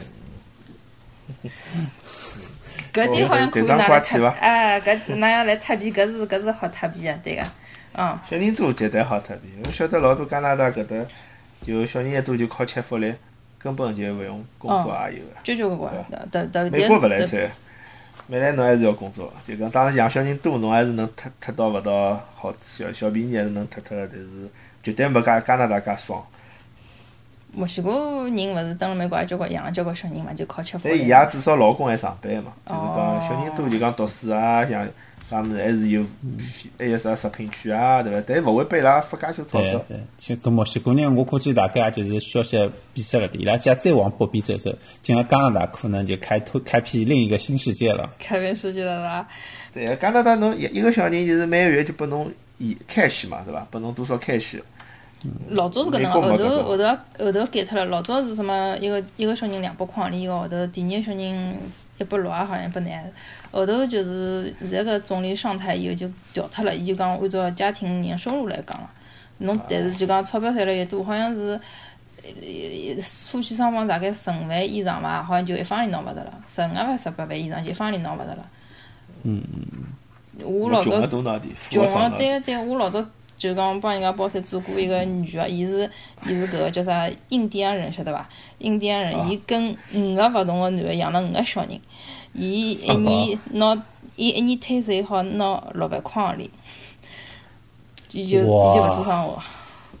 搿点好像可以拿来特哎，搿那要来特别，搿是搿是好特别个，对个，嗯。 小人多绝对好特别，我晓得老多加拿大搿搭，就小人一多就靠吃福利，根本就勿用工作也有个。 交交关关，特特美国勿来三，美来侬还是要工作，就讲当然养小人多，侬还是能脱脱到勿到好小小便宜还是能脱脱个，但是绝对没加加拿大介爽。 墨西哥人勿是蹲辣美国也交关养了交关小人嘛，就靠吃福利。 但伊也至少老公还上班嘛，就是讲小人多就讲读书啊，像啥物事还是有，还有啥食品券啊，对伐？但勿会拨伊拉发介许钞票。 对对，就搿墨西哥人，我估计大概也就是消息闭塞了点，伊拉家再往北边走走，进了加拿大可能就开拓开辟另一个新世界了。 开辟世界了啦！ 对，加拿大侬一一个小人就是每个月就拨侬以 cash 嘛，是伐？拨侬多少 cash？ 老早是搿能个，后头后头后头改脱了。老早是什么一个一个小人两百块钿一个号头，第二个小人一百六啊，好像一百廿。后头就是现在搿总理上台以后就调脱了，伊就讲按照家庭年收入来讲了。侬但是就讲钞票赚了越多，好像是夫妻双方大概十五万以上伐，好像就一方人拿勿着了；十五万、十八万以上就一方人拿勿着了。 嗯嗯。我老早穷个多拿点，富穷个个少拿点。 对个对个，我老早就讲帮人家包山做过一个女个，伊是伊是搿个叫啥印第安人，晓得伐？印第安人，伊跟五个勿同个男个养了五个小人，伊一年拿伊一年退税好拿六万块行钿，伊就伊就勿做生活。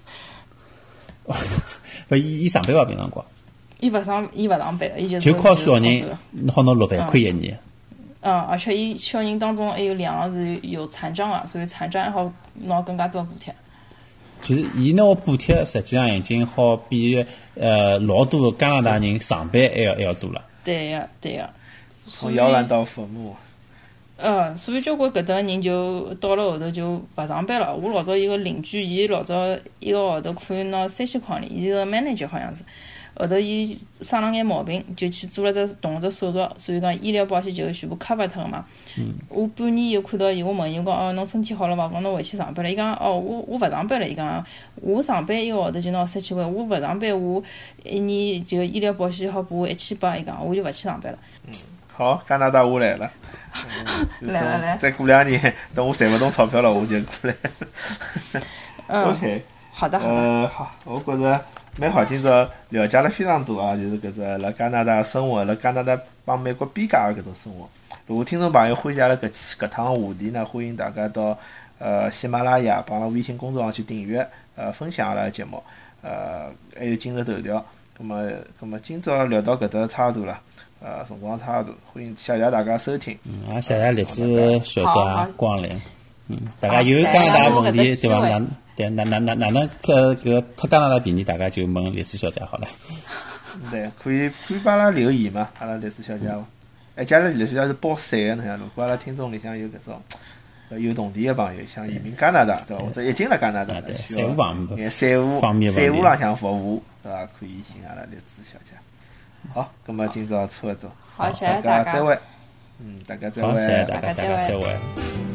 勿，伊伊上班伐？平常光？ 伊勿上，伊勿上班，伊就就靠小人就好拿六万块一年。 嗯，而且伊小人当中还有两个是有残障个，所以残障还好拿更加多补贴。 就是伊拿个补贴，实际上已经好比呃老多加拿大人上班还要还要多了。 对个，对个。 从摇篮到父母。 呃，所以交关搿搭个人就到了后头就勿上班了。我老早一个邻居，伊老早一个号头可以拿三千块钿，伊是个 manager 好像是。后头伊生了眼毛病，就去做了只动了只手术，所以讲医疗保险就全部 cover 脱个嘛。 嗯。 我半年又看到伊，我问伊讲哦，侬身体好了伐？讲侬回去上班了。伊讲哦，我我勿上班了。伊讲我上班一个号头就拿三千块，我勿上班我一年就医疗保险好拨我一千八。伊讲我就勿去上班了。 嗯，好，加拿大我来了。 来了来。 再过两年，等我赚勿动钞票了，我就过来。 嗯。 OK。 好的好的。 呃，好，我觉着。蛮好，今朝了解了非常多啊，就是搿只辣加拿大生活，辣加拿大帮美国边界个搿种生活。如果听众朋友欢喜阿拉搿期搿趟话题呢，欢迎大家到呃喜马拉雅帮阿拉微信公众号去订阅，呃分享阿拉个节目，呃还有今日头条。葛末葛末今朝聊到搿搭差勿多了，呃辰光差勿多，欢迎谢谢大家收听。 嗯，也谢谢栗子小姐光临。嗯，大家有加拿大问题对伐？哪对哪哪哪哪能搿搿脱加拿大便宜，大家就问栗子小姐好了。 对，可以可以帮阿拉留言嘛，阿拉栗子小姐。而且阿拉栗子小姐是包散个，侬想，如果阿拉听众里向有搿种有同地个朋友想移民加拿大，对伐？或者已经辣加拿大了，需要眼税务税务浪向服务，对伐？可以寻阿拉栗子小姐。好，葛末今朝差勿多， 好，谢谢大家再会。嗯，大家再会。 谢谢大家，大家再会。